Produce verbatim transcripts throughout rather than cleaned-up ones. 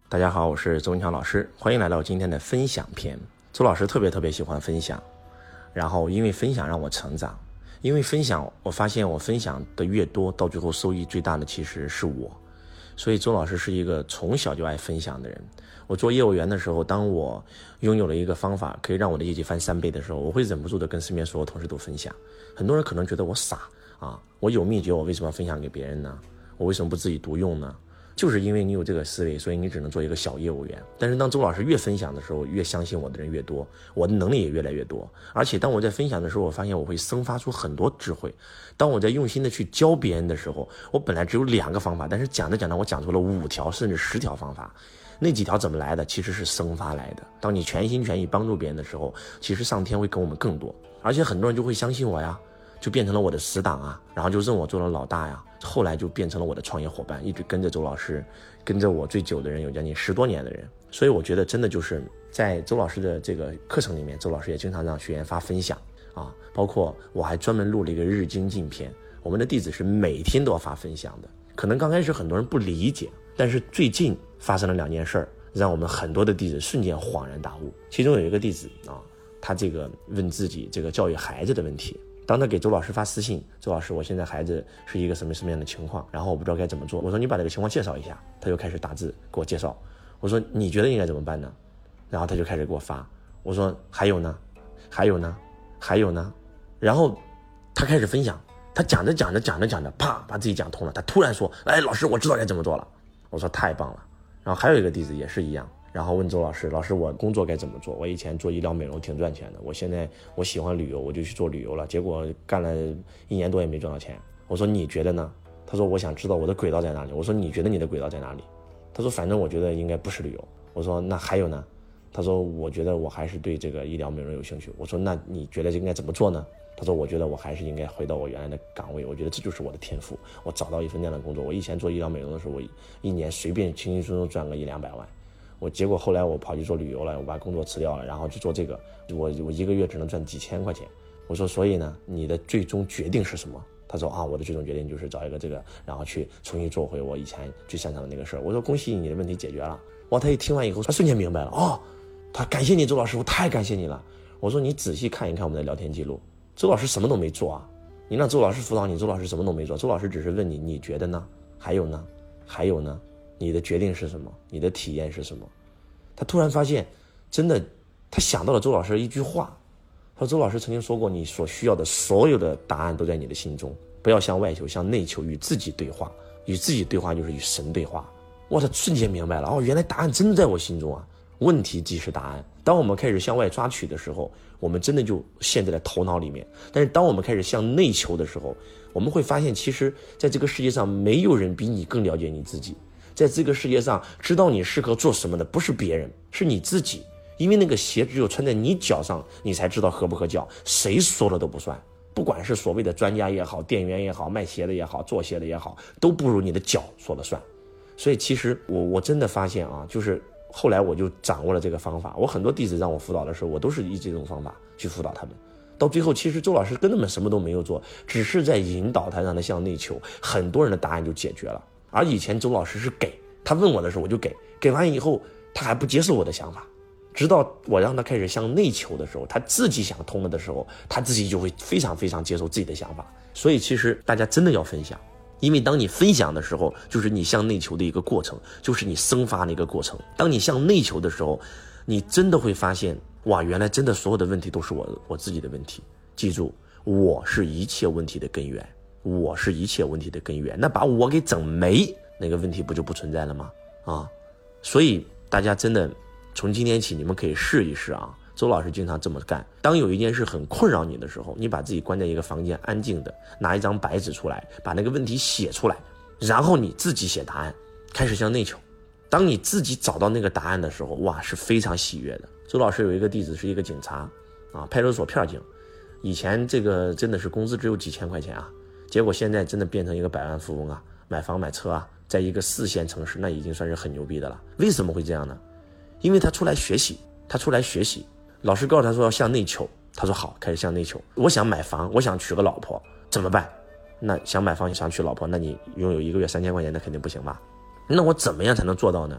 大家好，我是周文强老师，欢迎来到今天的分享篇。周老师特别特别喜欢分享，然后因为分享让我成长，因为分享我发现我分享的越多，到最后收益最大的其实是我。所以周老师是一个从小就爱分享的人。我做业务员的时候，当我拥有了一个方法可以让我的业绩翻三倍的时候，我会忍不住的跟身边所有同事都分享。很多人可能觉得我傻啊，我有秘诀，我为什么要分享给别人呢？我为什么不自己独用呢？就是因为你有这个思维，所以你只能做一个小业务员。但是当周老师越分享的时候，越相信我的人越多，我的能力也越来越多。而且当我在分享的时候，我发现我会生发出很多智慧。当我在用心的去教别人的时候，我本来只有两个方法，但是讲着讲着我讲出了五条甚至十条方法。那几条怎么来的？其实是生发来的。当你全心全意帮助别人的时候，其实上天会给我们更多，而且很多人就会相信我呀，就变成了我的死党啊，然后就认我做了老大呀。后来就变成了我的创业伙伴，一直跟着周老师，跟着我最久的人有将近十多年的人。所以我觉得真的就是在周老师的这个课程里面，周老师也经常让学员发分享啊，包括我还专门录了一个日精进篇，我们的弟子是每天都要发分享的。可能刚开始很多人不理解，但是最近发生了两件事儿，让我们很多的弟子瞬间恍然大悟。其中有一个弟子啊，他这个问自己这个教育孩子的问题。当他给周老师发私信，周老师我现在孩子是一个什么什么样的情况，然后我不知道该怎么做。我说你把这个情况介绍一下，他就开始打字给我介绍。我说你觉得应该怎么办呢？然后他就开始给我发。我说还有呢还有呢还有呢然后他开始分享，他讲着讲着讲着讲着啪把自己讲通了。他突然说，哎，老师我知道该怎么做了。我说太棒了。然后还有一个弟子也是一样，然后问周老师，老师我工作该怎么做？我以前做医疗美容挺赚钱的，我现在我喜欢旅游，我就去做旅游了，结果干了一年多也没赚到钱。我说你觉得呢？他说我想知道我的轨道在哪里。我说你觉得你的轨道在哪里？他说反正我觉得应该不是旅游。我说那还有呢？他说我觉得我还是对这个医疗美容有兴趣。我说那你觉得应该怎么做呢？他说我觉得我还是应该回到我原来的岗位，我觉得这就是我的天赋，我找到一份那样的工作。我以前做医疗美容的时候，我一年随便轻轻松松赚个一两百万，我结果后来我跑去做旅游了，我把工作辞掉了，然后去做这个，我我一个月只能赚几千块钱。我说所以呢，你的最终决定是什么？他说啊，我的最终决定就是找一个这个，然后去重新做回我以前最擅长的那个事儿。我说恭喜你，你的问题解决了。哇，他一听完以后，他瞬间明白了，哦，他感谢你周老师，我太感谢你了。我说你仔细看一看我们的聊天记录，周老师什么都没做啊，你让周老师辅导你，周老师什么都没做，周老师只是问你，你觉得呢？还有呢？还有呢？你的决定是什么？你的体验是什么？他突然发现，真的，他想到了周老师的一句话。他说周老师曾经说过，你所需要的所有的答案都在你的心中，不要向外求，向内求，与自己对话。与自己对话就是与神对话。哇，他瞬间明白了，哦，原来答案真的在我心中啊！问题即是答案。当我们开始向外抓取的时候，我们真的就陷在了头脑里面。但是当我们开始向内求的时候，我们会发现，其实在这个世界上没有人比你更了解你自己。在这个世界上，知道你适合做什么的不是别人，是你自己。因为那个鞋只有穿在你脚上，你才知道合不合脚，谁说了都不算。不管是所谓的专家也好，店员也好，卖鞋的也好，做鞋的也好，都不如你的脚说了算。所以其实我我真的发现啊，就是后来我就掌握了这个方法。我很多弟子让我辅导的时候，我都是以这种方法去辅导他们。到最后，其实周老师根本什么都没有做，只是在引导他，让他向内求，很多人的答案就解决了。而以前周老师是给他问我的时候我就给，给完以后他还不接受我的想法，直到我让他开始向内求的时候，他自己想通了的时候，他自己就会非常非常接受自己的想法。所以其实大家真的要分享，因为当你分享的时候，就是你向内求的一个过程，就是你生发的一个过程。当你向内求的时候，你真的会发现，哇，原来真的所有的问题都是我我自己的问题。记住，我是一切问题的根源，我是一切问题的根源。那把我给整没，那个问题不就不存在了吗？啊，所以大家真的从今天起，你们可以试一试啊。周老师经常这么干。当有一件事很困扰你的时候，你把自己关在一个房间，安静的拿一张白纸出来，把那个问题写出来，然后你自己写答案，开始向内求。当你自己找到那个答案的时候，哇，是非常喜悦的。周老师有一个弟子是一个警察啊，派出所片警，以前这个真的是工资只有几千块钱啊，结果现在真的变成一个百万富翁啊，买房买车啊，在一个四线城市，那已经算是很牛逼的了。为什么会这样呢？因为他出来学习，他出来学习，老师告诉他说要向内求，他说好，开始向内求。我想买房，我想娶个老婆，怎么办？那想买房想娶老婆，那你拥有一个月三千块钱，那肯定不行吧？那我怎么样才能做到呢？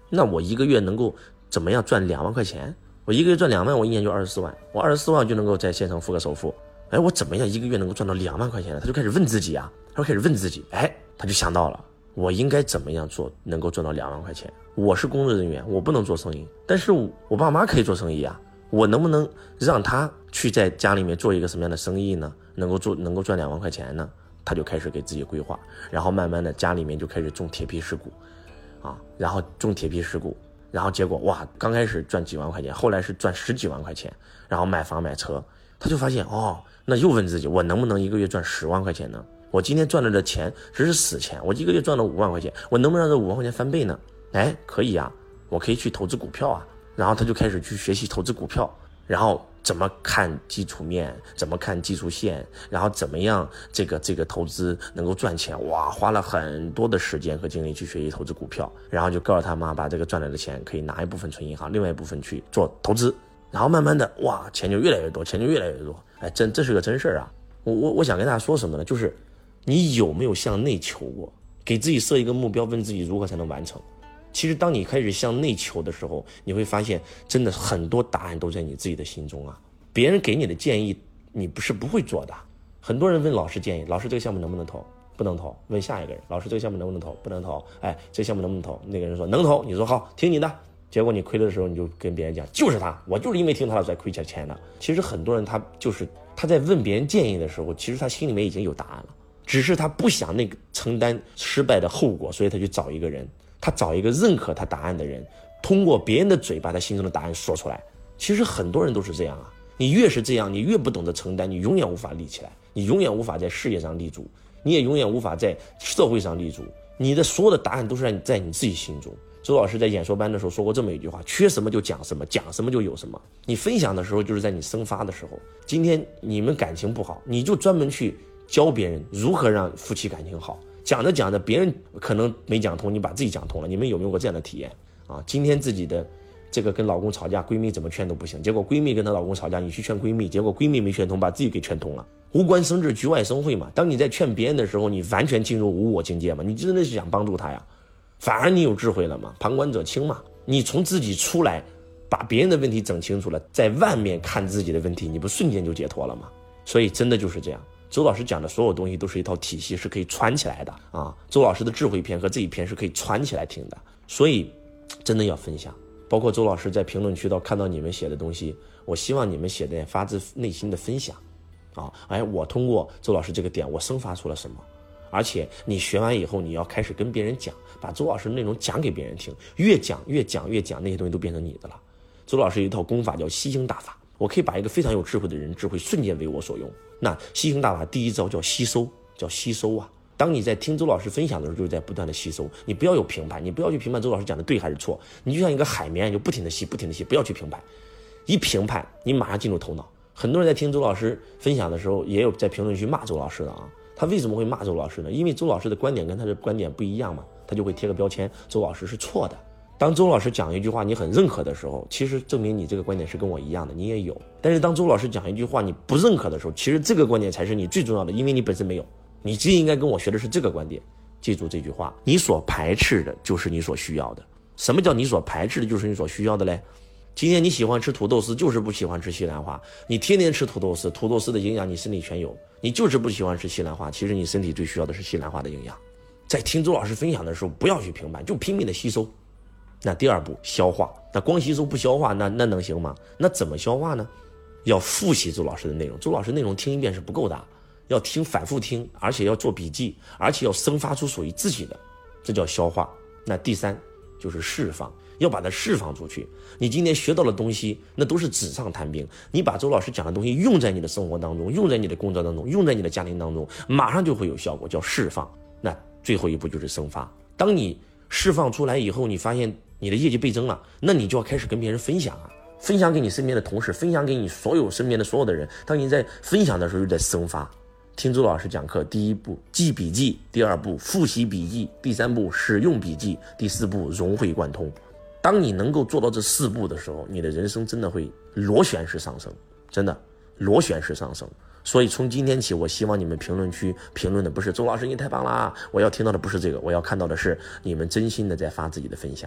那我一个月能够怎么样赚两万块钱？我一个月赚两万，我一年就二十四万，我二十四万就能够在线上付个首付。哎，我怎么样一个月能够赚到两万块钱呢？他就开始问自己啊，他就开始问自己，哎，他就想到了，我应该怎么样做能够赚到两万块钱？我是工作人员，我不能做生意，但是我我爸妈可以做生意啊，我能不能让他去在家里面做一个什么样的生意呢？能够做能够赚两万块钱呢？他就开始给自己规划，然后慢慢的家里面就开始种铁皮石骨，啊，然后种铁皮石骨。然后结果哇，刚开始赚几万块钱，后来是赚十几万块钱，然后买房买车，他就发现哦，那又问自己，我能不能一个月赚十万块钱呢？我今天赚了的钱只是死钱，我一个月赚了五万块钱，我能不能让这五万块钱翻倍呢？哎，可以啊，我可以去投资股票啊。然后他就开始去学习投资股票，然后怎么看基础面，怎么看技术线，然后怎么样这个这个投资能够赚钱。哇，花了很多的时间和精力去学习投资股票，然后就告诉他妈，把这个赚来的钱可以拿一部分存银行，另外一部分去做投资。然后慢慢的，哇，钱就越来越多，钱就越来越多。哎，真这是个真事儿啊！我我我想跟大家说什么呢？就是你有没有向内求过？给自己设一个目标，问自己如何才能完成。其实当你开始向内求的时候，你会发现真的很多答案都在你自己的心中啊。别人给你的建议你不是不会做的。很多人问老师建议，老师这个项目能不能投？不能投。问下一个人，老师这个项目能不能投？不能投。哎，这个项目能不能投？那个人说能投，你说好，听你的。结果你亏了的时候，你就跟别人讲，就是他，我就是因为听他的才亏下钱的。其实很多人他就是他在问别人建议的时候，其实他心里面已经有答案了，只是他不想那个承担失败的后果，所以他去找一个人，他找一个认可他答案的人，通过别人的嘴把他心中的答案说出来。其实很多人都是这样啊，你越是这样，你越不懂得承担，你永远无法立起来，你永远无法在事业上立足，你也永远无法在社会上立足。你的所有的答案都是在你在你自己心中。周老师在演说班的时候说过这么一句话，缺什么就讲什么，讲什么就有什么。你分享的时候就是在你生发的时候。今天你们感情不好，你就专门去教别人如何让夫妻感情好，讲着讲着别人可能没讲通，你把自己讲通了。你们有没有过这样的体验啊？今天自己的这个跟老公吵架，闺蜜怎么劝都不行，结果闺蜜跟她老公吵架，你去劝闺蜜，结果闺蜜没劝通，把自己给劝通了。无官生智，局外生慧嘛。当你在劝别人的时候，你完全进入无我境界嘛，你真的是想帮助他呀，反而你有智慧了嘛，旁观者清嘛。你从自己出来，把别人的问题整清楚了，在外面看自己的问题，你不瞬间就解脱了吗？所以真的就是这样。周老师讲的所有东西都是一套体系，是可以串起来的啊。周老师的智慧篇和这一篇是可以串起来听的，所以真的要分享。包括周老师在评论区到看到你们写的东西，我希望你们写的发自内心的分享啊。哎，我通过周老师这个点，我生发出了什么？而且你学完以后，你要开始跟别人讲，把周老师的内容讲给别人听，越讲越讲越讲，那些东西都变成你的了。周老师有一套功法叫吸星大法，我可以把一个非常有智慧的人智慧瞬间为我所用。那吸星大法第一招叫吸收，叫吸收啊。当你在听周老师分享的时候，就是在不断的吸收，你不要有评判，你不要去评判周老师讲的对还是错，你就像一个海绵，你就不停的吸，不停的吸，不要去评判。一评判，你马上进入头脑。很多人在听周老师分享的时候，也有在评论区骂周老师的啊。他为什么会骂周老师呢？因为周老师的观点跟他的观点不一样嘛，他就会贴个标签，周老师是错的。当周老师讲一句话你很认可的时候，其实证明你这个观点是跟我一样的，你也有。但是当周老师讲一句话你不认可的时候，其实这个观点才是你最重要的，因为你本身没有。你最应该跟我学的是这个观点。记住这句话，你所排斥的就是你所需要的。什么叫你所排斥的就是你所需要的嘞？今天你喜欢吃土豆丝，就是不喜欢吃西兰花。你天天吃土豆丝，土豆丝的营养你身体全有，你就是不喜欢吃西兰花，其实你身体最需要的是西兰花的营养。在听周老师分享的时候，不要去评判，就拼命的吸收。那第二步，消化。那光吸收不消化，那那能行吗？那怎么消化呢？要复习周老师的内容，周老师内容听一遍是不够的，要听，反复听，而且要做笔记，而且要生发出属于自己的，这叫消化。那第三就是释放，要把它释放出去。你今天学到的东西，那都是纸上谈兵，你把周老师讲的东西用在你的生活当中，用在你的工作当中，用在你的家庭当中，马上就会有效果，叫释放。那最后一步就是生发。当你释放出来以后，你发现你的业绩倍增了，那你就要开始跟别人分享啊，分享给你身边的同事，分享给你所有身边的所有的人。当你在分享的时候，就在生发。听周老师讲课，第一步记笔记，第二步复习笔记，第三步使用笔记，第四步融会贯通。当你能够做到这四步的时候，你的人生真的会螺旋式上升，真的螺旋式上升。所以从今天起，我希望你们评论区评论的不是周老师你太棒啦，我要听到的不是这个，我要看到的是你们真心的在发自己的分享。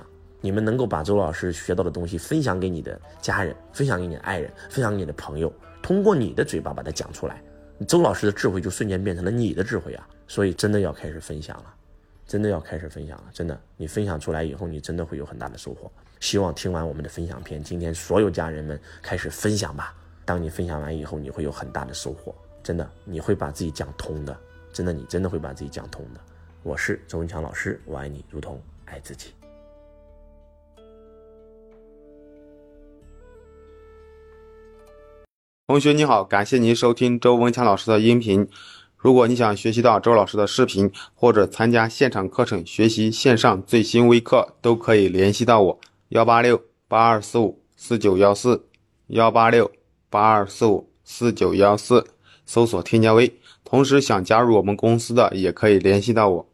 你们能够把周老师学到的东西分享给你的家人，分享给你的爱人，分享给你的朋友，通过你的嘴巴把它讲出来，周老师的智慧就瞬间变成了你的智慧啊！所以真的要开始分享了，真的要开始分享了，真的，你分享出来以后，你真的会有很大的收获。希望听完我们的分享片，今天所有家人们开始分享吧。当你分享完以后，你会有很大的收获，真的，你会把自己讲通的，真的，你真的会把自己讲通的。我是周文强老师，我爱你如同爱自己。 同学你好，感谢您收听周文强老师的音频。如果你想学习到周老师的视频，或者参加现场课程学习线上最新微课，都可以联系到我幺八六八二四五四九一四幺八六八二四五四九一四，搜索添加微。同时想加入我们公司的也可以联系到我。